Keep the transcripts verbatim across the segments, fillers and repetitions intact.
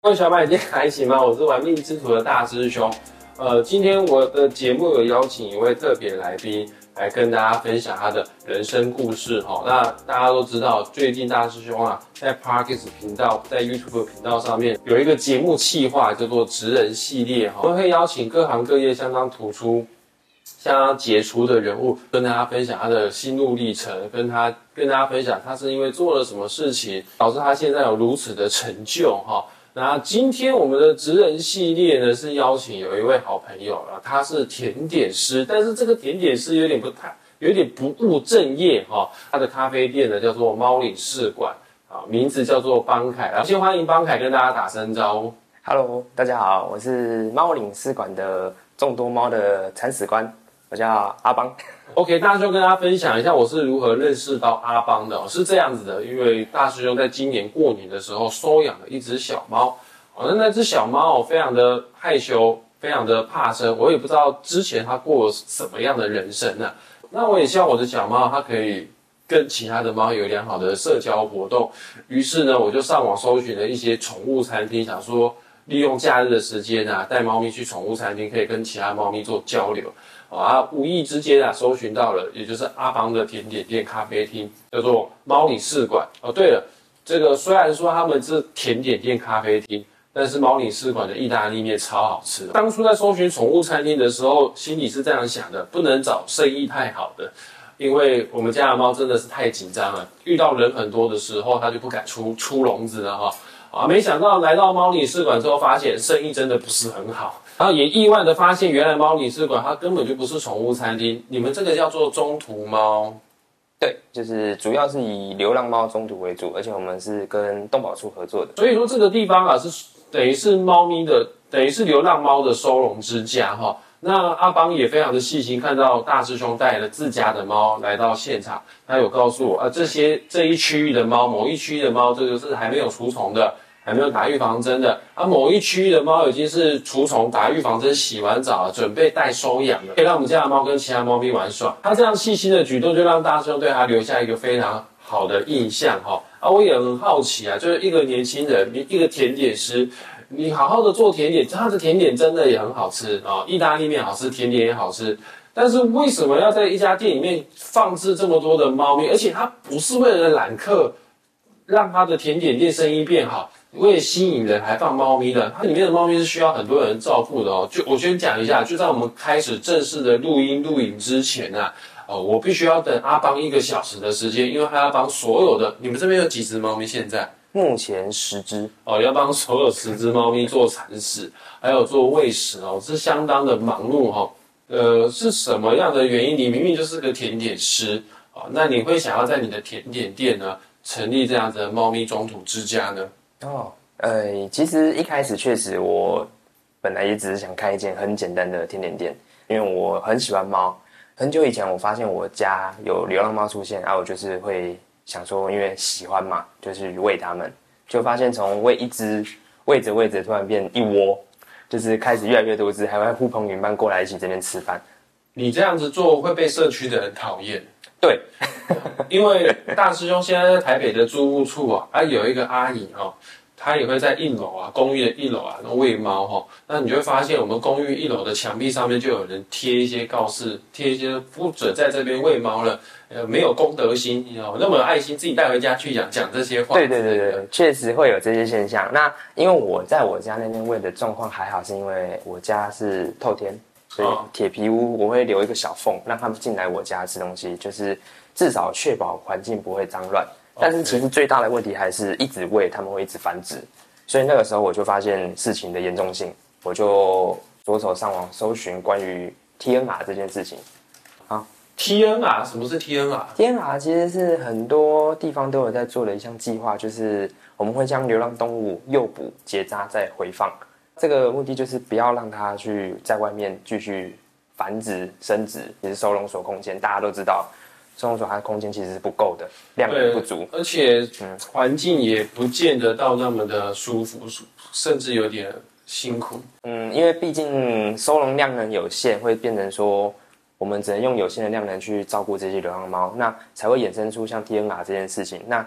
各位小伙伴，今天还行吗？我是玩命之徒的大师兄。呃，今天我的节目有邀请一位特别来宾来跟大家分享他的人生故事哈。那大家都知道，最近大师兄啊，在 Podcast 频道、在 YouTube 频道上面有一个节目企划叫做职人系列哈，我们会邀请各行各业相当突出、相当杰出的人物，跟大家分享他的心路历程，跟他跟大家分享他是因为做了什么事情，导致他现在有如此的成就哈。那今天我们的职人系列呢，是邀请有一位好朋友啊，他是甜点师，但是这个甜点师有点不太，有点不务正业哈。他的咖啡店呢叫做猫岭试馆啊，名字叫做邦凯。先欢迎邦凯跟大家打声招呼。 Hello， 大家好，我是猫岭试馆的众多猫的铲屎官，我叫阿邦。 OK， 大师兄跟大家分享一下我是如何认识到阿邦的、哦，是这样子的，因为大师兄在今年过年的时候收养了一只小猫，哦，那那只小猫哦非常的害羞，非常的怕生，我也不知道之前它过了什么样的人生呢、啊。那我也希望我的小猫它可以跟其他的猫有良好的社交活动，于是呢我就上网搜寻了一些宠物餐厅，想说利用假日的时间啊，带猫咪去宠物餐厅，可以跟其他猫咪做交流。啊，无意之间啊，搜寻到了，也就是阿邦的甜点店咖啡厅，叫做猫岭试馆。哦，对了，这个虽然说他们是甜点店咖啡厅，但是猫岭试馆的意大利面超好吃。当初在搜寻宠物餐厅的时候，心里是这样想的：不能找生意太好的，因为我们家的猫真的是太紧张了，遇到人很多的时候，它就不敢出出笼子了哈。啊，没想到来到猫岭试馆之后，发现生意真的不是很好。然后也意外的发现，原来猫岭试馆它根本就不是宠物餐厅，你们这个叫做中途猫。 对，就是主要是以流浪猫中途为主，而且我们是跟动保处合作的。 所以说这个地方啊，是等于是猫咪的，等于是流浪猫的收容之家哈。那阿邦也非常的细心，看到大师兄带了自家的猫来到现场，他有告诉我啊，这些这一区域的猫，某一区域的猫，这个是还没有除虫的。还没有打预防针的，啊，某一区域的猫已经是除虫、打预防针、洗完澡了，准备待收养了，可以让我们家的猫跟其他猫咪玩耍。他这样细心的举动，就让大师兄对他留下一个非常好的印象哈。啊，我也很好奇啊，就是一个年轻人，一个甜点师，你好好的做甜点，他的甜点真的也很好吃啊，意大利面好吃，甜点也好吃。但是为什么要在一家店里面放置这么多的猫咪？而且他不是为了揽客，让他的甜点店生意变好。为了吸引人还放猫咪的，它里面的猫咪是需要很多人照顾的哦。就我先讲一下，就在我们开始正式的录音录影之前啊，呃，我必须要等阿邦一个小时的时间，因为他要帮所有的，你们这边有几只猫咪现在？ 目前十只哦，要帮所有十只猫咪做铲屎，还有做喂食哦，是相当的忙碌哈、哦。呃，是什么样的原因？你明明就是个甜点师啊、哦，那你会想要在你的甜点店呢成立这样子的猫咪中途之家呢？ 哦，呃，其实一开始确实我本来也只是想开一间很简单的甜点店，因为我很喜欢猫。很久以前我发现我家有流浪猫出现，啊，我就是会想说，因为喜欢嘛，就是喂它们，就发现从喂一只喂着喂着突然变一窝，就是开始越来越多只，还会呼朋引伴过来一起这边吃饭。 你这样子做会被社区的人讨厌。 对， 因为大师兄现在在台北的住务处啊，啊有一个阿姨哦，她也会在一楼啊，公寓的一楼啊，那喂猫哈、哦。那你就会发现，我们公寓一楼的墙壁上面就有人贴一些告示，贴一些不准在这边喂猫了，呃，没有公德心，你知道吗？那么有爱心，自己带回家去养，讲这些话。 对对对对，确实会有这些现象。那因为我在我家那边喂的状况还好，是因为我家是透天。所以铁皮屋我会留一个小缝，让他们进来我家吃东西，就是至少确保环境不会脏乱。但是其实最大的问题还是一直喂，他们会一直繁殖。所以那个时候我就发现事情的严重性，我就着手上网搜寻关于 T N R 这件事情。 好 ，T N R 什么是 T N R？T N R 其实是很多地方都有在做的一项计划，就是我们会将流浪动物诱捕、结扎再回放。这个目的就是不要让它去在外面继续繁殖、生殖，也是收容所空间。大家都知道，收容所它的空间其实是不够的，量也不足， 而且嗯，环境也不见得到那么的舒服，甚至有点辛苦。 嗯，因为毕竟收容量能有限，会变成说我们只能用有限的量能去照顾这些流浪猫，那才会衍生出像 T N R 这件事情。那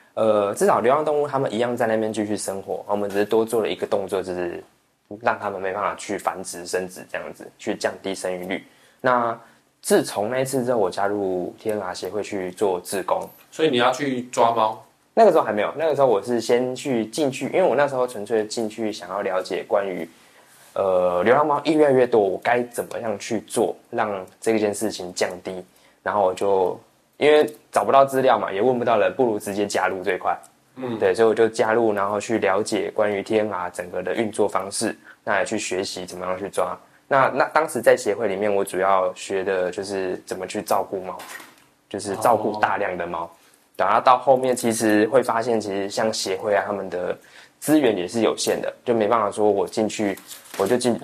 呃，至少流浪动物他们一样在那边继续生活，我们只是多做了一个动作，就是让他们没办法去繁殖生殖这样子，去降低生育率。那自从那一次之后，我加入 T N R 协会去做志工， 所以你要去抓猫。 那个时候还没有，那个时候我是先去进去，因为我那时候纯粹进去想要了解关于呃流浪猫越来越多，我该怎么样去做，让这件事情降低。然后我就因为找不到资料嘛，也问不到人，不如直接加入最快。嗯，对，所以我就加入，然后去了解关于 T N R 整个的运作方式，那也去学习怎么样去抓。那那当时在协会里面，我主要学的就是怎么去照顾猫，就是照顾大量的猫。然后到后面其实会发现，其实像协会啊，他们的资源也是有限的，就没办法说我进去我就进，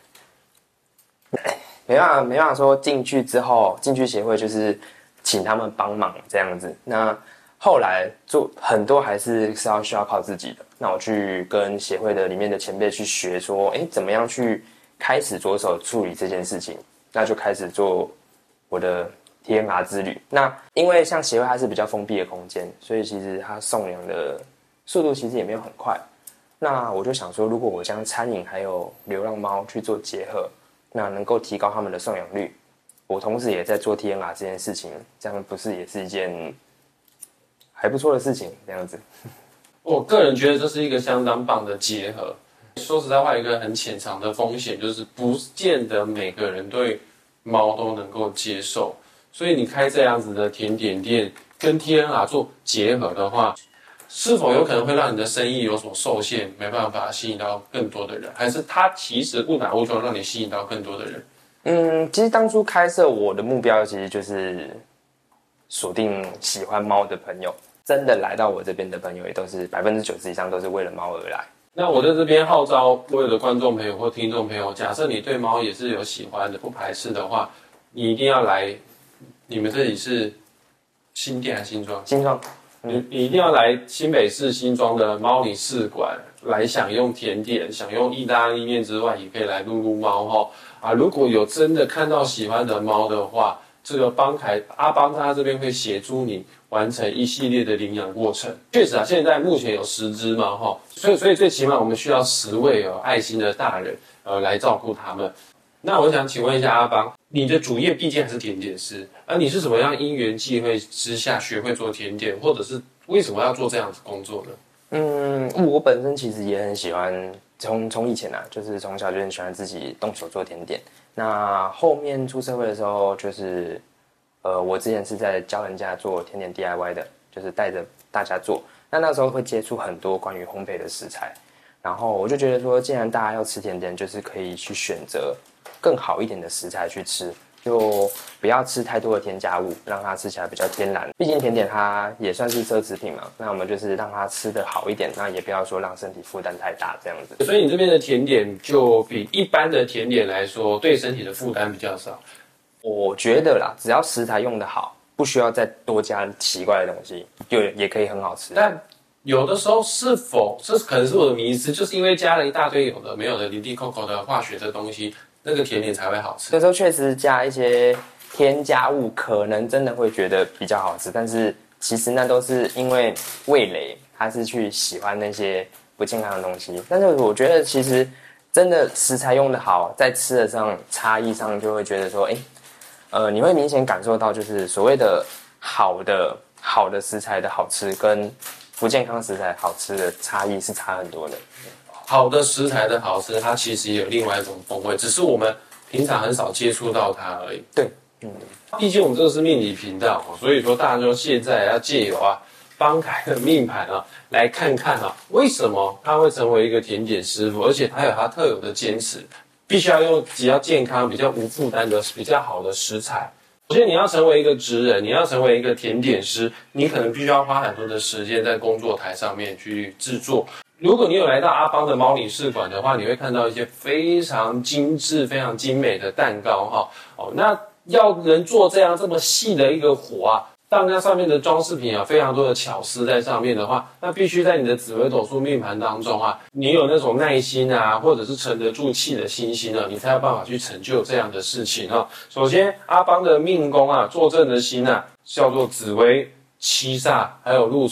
没办法没办法说进去之后进去协会就是请他们帮忙这样子。那后来做很多还是是要需要靠自己的。那我去跟协会的里面的前辈去学说，哎，怎么样去开始着手处理这件事情，那就开始做我的 T N R 之旅。那因为像协会它是比较封闭的空间，所以其实它送养的速度其实也没有很快。那我就想说，如果我将餐饮还有流浪猫去做结合，那能够提高他们的送养率。我同时也在做 T N R 这件事情，这样不是也是一件还不错的事情？这样子， 我个人觉得这是一个相当棒的结合。说实在话，有一个很潜藏的风险，就是不见得每个人对猫都能够接受。所以你开这样子的甜点店跟 T N R 做结合的话，是否有可能会让你的生意有所受限，没办法吸引到更多的人？还是它其实误打误撞让你吸引到更多的人？ 嗯，其实当初开设我的目标其实就是锁定喜欢猫的朋友，真的来到我这边的朋友也都是百分之九十以上都是为了猫而来。 那我在这边号召所有的观众朋友或听众朋友，假设你对猫也是有喜欢的、不排斥的话，你一定要来。你们这里是新店还是新庄？ 新庄。 你你一定要来新北市新庄的猫里试馆来享用甜点，享用意大利面之外，也可以来撸撸猫哈啊！如果有真的看到喜欢的猫的话，这个帮凯阿邦他这边会协助你完成一系列的领养过程。确实啊，现在目前有十只嘛哈，所以所以最起码我们需要十位有爱心的大人呃来照顾他们。那我想请问一下阿邦，你的主业毕竟还是甜点师，而你是什么样因缘际会之下学会做甜点，或者是为什么要做这样子工作呢？ 嗯，我本身其实也很喜欢，从从以前啊，就是从小就很喜欢自己动手做甜点。那后面出社会的时候，就是呃，我之前是在教人家做甜点 D I Y 的，就是带着大家做。那那时候会接触很多关于烘焙的食材，然后我就觉得说，既然大家要吃甜点，就是可以去选择更好一点的食材去吃，就不要吃太多的添加物，让它吃起来比较天然。毕竟甜点它也算是奢侈品嘛，那我们就是让它吃得好一点，那也不要说让身体负担太大这样子。 所以你这边的甜点就比一般的甜点来说，对身体的负担比较少。 我觉得啦，只要食材用得好，不需要再多加奇怪的东西，就也可以很好吃。 但有的时候是否这可能是我的迷思，就是因为加了一大堆有的没有的零零扣扣的化学的东西，那个甜点才会好吃。 有时候确实加一些添加物，可能真的会觉得比较好吃，但是其实那都是因为味蕾它是去喜欢那些不健康的东西。但是我觉得其实真的食材用得好，在吃的上差异上就会觉得说，哎，呃，你会明显感受到就是所谓的好的好的食材的好吃跟不健康食材好吃的差异是差很多的。 好的食材的好吃，它其实也有另外一种风味，只是我们平常很少接触到它而已。 对，嗯， 毕竟我们这个是命理频道，所以说大家就现在要借由啊邦凯的命盘啊，来看看啊，为什么他会成为一个甜点师傅，而且他有他特有的坚持，必须要用比较健康、比较无负担的、比较好的食材。首先，你要成为一个职人，你要成为一个甜点师，你可能必须要花很多的时间在工作台上面去制作。如果你有来到阿邦的猫里试馆的话，你会看到一些非常精致、非常精美的蛋糕哈。哦，那要能做这样这么细的一个活啊，让它上面的装饰品啊非常多的巧思在上面的话，那必须在你的紫微斗数命盘当中啊，你有那种耐心啊，或者是沉得住气的心心啊，你才有办法去成就这样的事情啊。首先，阿邦的命宫啊，坐镇的星啊，叫做紫微、七煞还有禄存。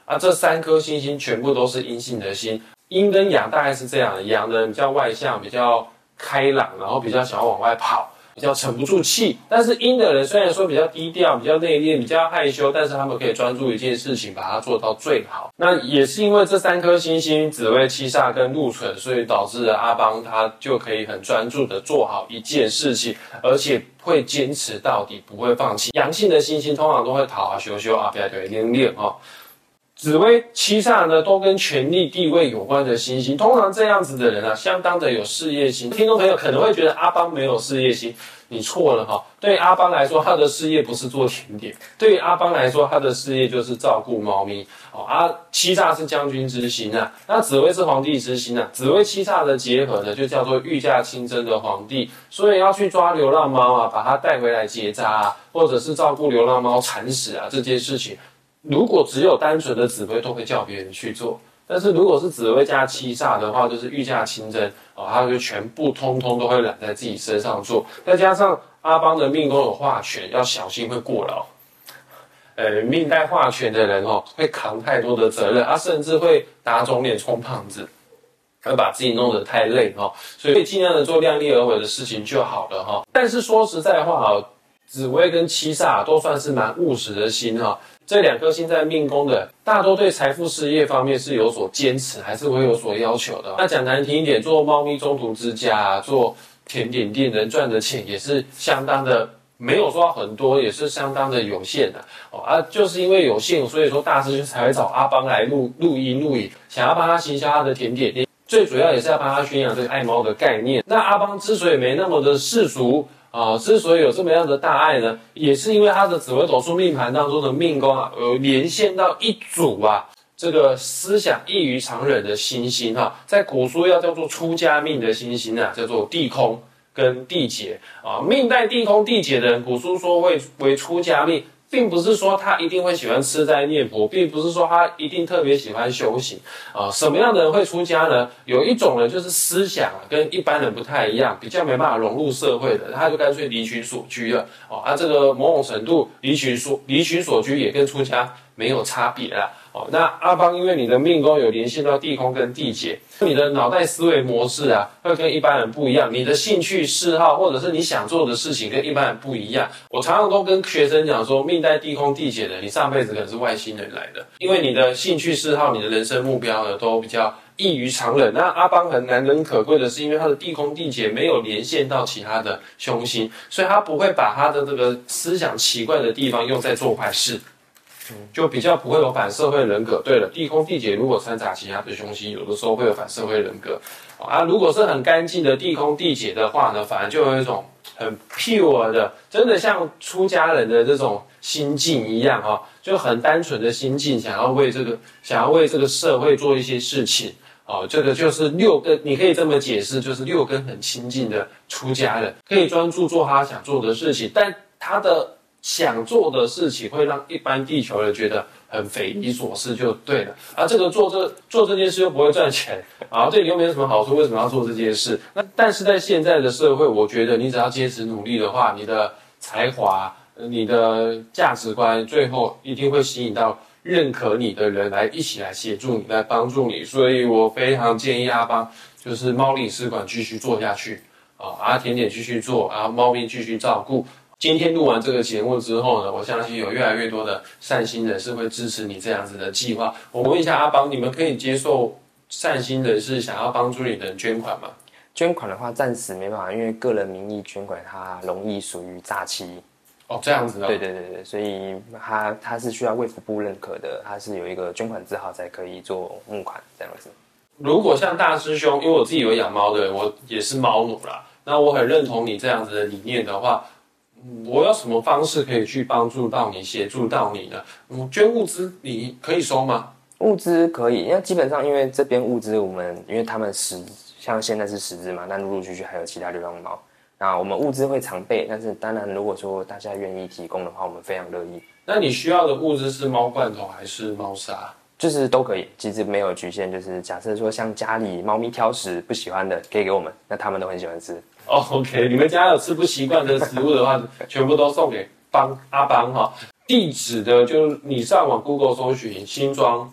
啊，这三颗星星全部都是阴性的星。阴跟阳大概是这样的，阳的人比较外向，比较开朗，然后比较想要往外跑，比较沉不住气。但是阴的人虽然说比较低调，比较内敛，比较害羞，但是他们可以专注一件事情，把它做到最好。那也是因为这三颗星星紫微、七煞跟禄存，所以导致了阿邦他就可以很专注的做好一件事情，而且会坚持到底，不会放弃。阳性的星星通常都会讨啊、羞羞啊、不要对练练哦。紫微七煞呢，都跟权力地位有关的星星，通常这样子的人啊，相当的有事业心。听众朋友可能会觉得阿邦没有事业心，你错了哈。对于阿邦来说，他的事业不是做甜点，对于阿邦来说，他的事业就是照顾猫咪。哦啊，七煞是将军之星啊，那紫微是皇帝之星啊，紫微七煞的结合呢，就叫做御驾亲征的皇帝。所以要去抓流浪猫啊，把它带回来结扎啊，或者是照顾流浪猫铲屎啊这件事情。如果只有单纯的紫微，都会叫别人去做。但是如果是紫微加七煞的话，就是御驾亲征哦，他就全部通通都会揽在自己身上做。再加上阿邦的命宫有化权，要小心会过劳。呃，命带化权的人哦，会扛太多的责任，他、啊、甚至会打肿脸充胖子，会把自己弄得太累哦，所以尽量的做量力而为的事情就好了哈、哦。但是说实在话哦，紫微跟七煞都算是蛮务实的星哈、哦。这两颗星在命宫的，大多对财富事业方面是有所坚持，还是会有所要求的。那讲难听一点，做猫咪中途之家、啊，做甜点店能赚的钱也是相当的，没有说很多，也是相当的有限的哦啊，就是因为有限，所以说大师兄才会找阿邦来录录音录影，想要帮他行销他的甜点店，最主要也是要帮他宣扬这个爱猫的概念。那阿邦之所以没那么的世俗。啊、呃，之所以有这么样的大爱呢，也是因为他的紫微斗数命盘当中的命宫啊，有连线到一组啊，这个思想异于常人的星星啊，在古书要叫做出家命的星星啊，叫做地空跟地劫啊，命带地空地劫的人，古书说会为出家命。并不是说他一定会喜欢吃斋念佛，并不是说他一定特别喜欢修行啊、呃。什么样的人会出家呢？有一种人就是思想啊跟一般人不太一样，比较没办法融入社会的，他就干脆离群索居了哦。啊，这个某种程度离群所离群所居也跟出家没有差别啦。哦，那阿邦因为你的命宫有连线到地空跟地劫，你的脑袋思维模式啊，会跟一般人不一样。你的兴趣嗜好或者是你想做的事情跟一般人不一样。我常常都跟学生讲说，命带地空地劫的，你上辈子可能是外星人来的，因为你的兴趣嗜好、你的人生目标呢，都比较异于常人。那阿邦很难能可贵的是，因为他的地空地劫没有连线到其他的凶星，所以他不会把他的这个思想奇怪的地方用在做坏事。就比较不会有反社会人格。对了，地空地劫如果掺杂其他的凶星，有的时候会有反社会人格啊。如果是很干净的地空地劫的话呢，反而就有一种很 pure 的，真的像出家人的这种心境一样哈，就很单纯的心境，想要为这个想要为这个社会做一些事情。哦，这个就是六根，你可以这么解释，就是六根很亲近的出家人，可以专注做他想做的事情，但他的想做的事情会让一般地球人觉得很匪夷所思，就对了。啊，这个做这做这件事又不会赚钱，啊，对你又没有什么好处，为什么要做这件事？那但是在现在的社会，我觉得你只要坚持努力的话，你的才华、你的价值观，最后一定会吸引到认可你的人来一起来协助你，来帮助你。所以我非常建议阿邦，就是猫领事馆继续做下去，啊，啊，甜点继续做，然后猫咪继续照顾。今天录完这个节目之后呢，我相信有越来越多的善心人士会支持你这样子的计划。我问一下阿邦，你们可以接受善心人士想要帮助你的人捐款吗？ 捐款的话，暂时没办法，因为个人名义捐款，它容易属于诈欺。 哦，这样子啊、哦。 对对对对，所以它它是需要卫福部认可的，它是有一个捐款字号才可以做募款这样子。 如果像大师兄，因为我自己有养猫的，我也是猫奴啦，那我很认同你这样子的理念的话。我有什么方式可以去帮助到你、协助到你呢？嗯，捐物资你可以收吗？ 物资可以，因为基本上因为这边物资我们，因为他们十像现在是十只嘛，那陆陆续续还有其他流浪猫，那我们物资会常备，但是当然如果说大家愿意提供的话，我们非常乐意。 那你需要的物资是猫罐头还是猫砂？ 就是都可以，其实没有局限，就是假设说像家里猫咪挑食不喜欢的，可以给我们，那他们都很喜欢吃。 哦、oh, ，OK， 你们家有吃不习惯的食物的话，全部都送给邦阿邦哈。地址的，就是你上网 Google 搜寻新庄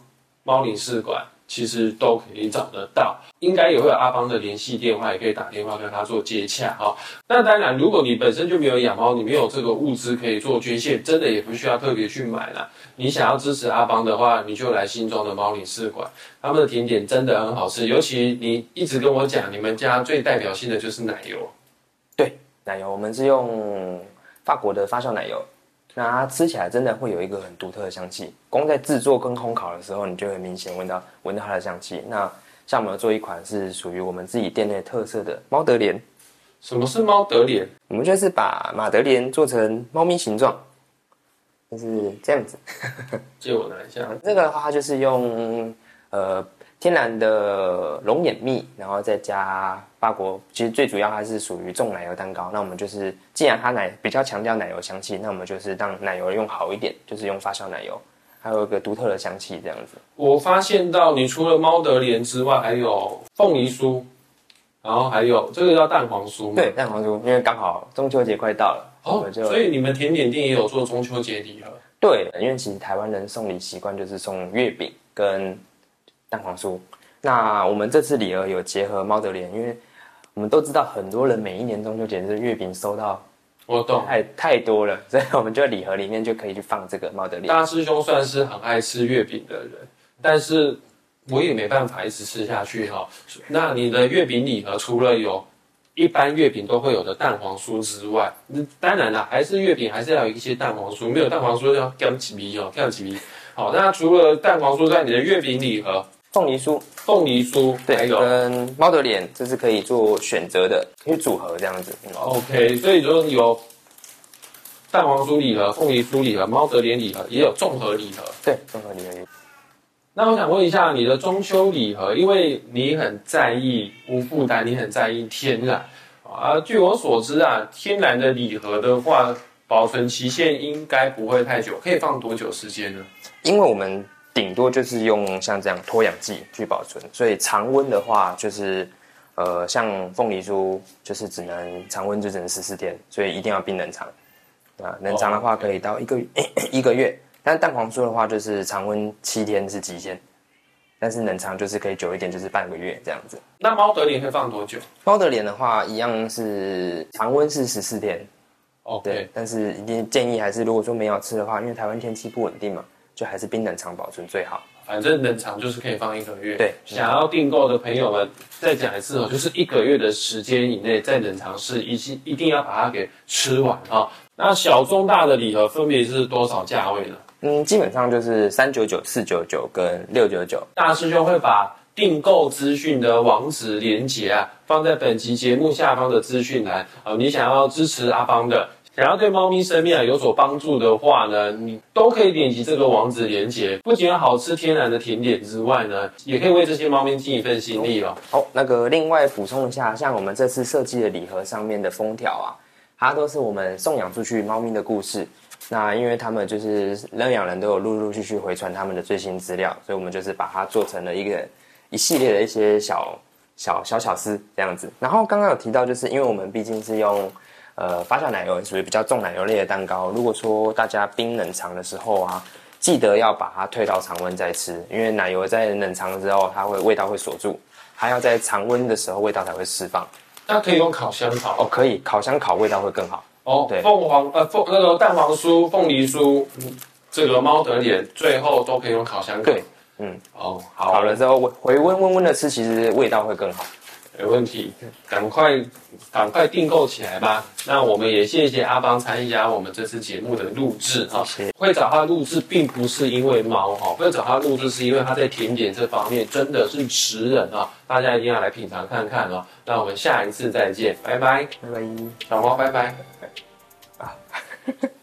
猫领事馆，其实都可以找得到，应该也会有阿邦的联系电话，也可以打电话跟他做接洽哈。那当然，如果你本身就没有养猫，你没有这个物资可以做捐献，真的也不需要特别去买啦。你想要支持阿邦的话，你就来新庄的猫领事馆，他们的甜点真的很好吃，尤其你一直跟我讲，你们家最代表性的就是奶油。 对，奶油我们是用法国的发酵奶油。那它吃起来真的会有一个很独特的香气，光在制作跟烘烤的时候，你就会明显闻到闻到它的香气。那像我们有做一款是属于我们自己店内特色的猫德莲。 什么是猫德莲？ 我们就是把马德莲做成猫咪形状，就是这样子。 借我拿一下。 这个的话，它就是用呃天然的龙眼蜜，然后再加法国，其实最主要它是属于重奶油蛋糕。那我们就是既然它奶比较强调奶油香气，那我们就是让奶油用好一点，就是用发酵奶油，还有一个独特的香气这样子。 我发现到你除了猫德莲之外，还有凤梨酥，然后还有这个叫蛋黄酥吗？ 对，蛋黄酥，因为刚好中秋节快到了， 哦，所以你们甜点店也有做中秋节礼盒？ 对，因为其实台湾人送礼习惯就是送月饼跟蛋黄酥。那我们这次礼盒有结合猫德莲，因为我们都知道很多人每一年中秋节是月饼收到， 我懂， 太太多了，所以我们就礼盒里面就可以去放这个猫德莲。 大师兄算是很爱吃月饼的人，但是我也没办法一直吃下去哈。那你的月饼礼盒除了有一般月饼都会有的蛋黄酥之外，当然啦，还是月饼还是要有一些蛋黄酥，没有蛋黄酥要干几米哦，干几米。好，那除了蛋黄酥之外，你的月饼礼盒。 凤梨酥， 凤梨酥， 对，跟猫德莲，这是可以做选择的，可以组合这样子。嗯、 OK， 所以说有蛋黄酥礼盒、凤梨酥礼盒、猫德莲礼盒，也有综合礼盒。 对，综合礼盒。 那我想问一下，你的中秋礼盒，因为你很在意无负担，你很在意天然啊。据我所知啊，天然的礼盒的话，保存期限应该不会太久，可以放多久时间呢？ 因为我们顶多就是用像这样脱氧剂去保存，所以常温的话就是，呃，像凤梨酥就是只能常温就只能十四天，所以一定要冰冷藏。啊，冷藏的话可以到一个月、哦、一个月，但蛋黄酥的话就是常温七天是极限，但是冷藏就是可以久一点，就是半个月这样子。 那猫德莲会放多久？ 猫德莲的话一样是常温是十四天。 哦， 对，但是一定建议还是如果说没有吃的话，因为台湾天气不稳定嘛。就还是冰冷藏保存最好， 反正冷藏就是可以放一个月。 对， 想要订购的朋友们，再讲一次哦，就是一个月的时间以内，在冷藏室一一定要把它给吃完啊、哦。那小中大的礼盒分别是多少价位呢？ 嗯，基本上就是三九九、四九九跟六九九。 大师兄会把订购资讯的网址连结啊，放在本期节目下方的资讯栏。呃，你想要支持阿邦的。想要对猫咪生命啊有所帮助的话呢，你都可以点击这个网址连结，不仅有好吃天然的甜点之外呢，也可以为这些猫咪尽一份心力哦。 好，那个另外补充一下，像我们这次设计的礼盒上面的封条啊，它都是我们送养出去猫咪的故事。那因为他们就是认养人都有陆陆续续回传他们的最新资料，所以我们就是把它做成了一个一系列的一些小小小巧思这样子。然后刚刚有提到，就是因为我们毕竟是用呃，发酵奶油属于比较重奶油类的蛋糕。如果说大家冰冷藏的时候啊，记得要把它退到常温再吃，因为奶油在冷藏之后，它会味道会锁住，它要在常温的时候味道才会释放。 那可以用烤箱烤哦，可以烤箱烤味道会更好。 哦，对，凤凰呃凤那个蛋黄酥、凤梨酥，嗯，这个猫德莲，最后都可以用烤箱烤。对， 嗯， 哦，好， 烤了之后回温温温的吃，其实味道会更好。 没问题，赶快赶快订购起来吧。那我们也谢谢阿邦参加我们这次节目的录制哈。会找他录制，并不是因为猫哈，会找他录制是因为他在甜点这方面真的是食人啊！大家一定要来品尝看看哦。那我们下一次再见，拜拜， 拜拜， 小猫拜拜。 啊。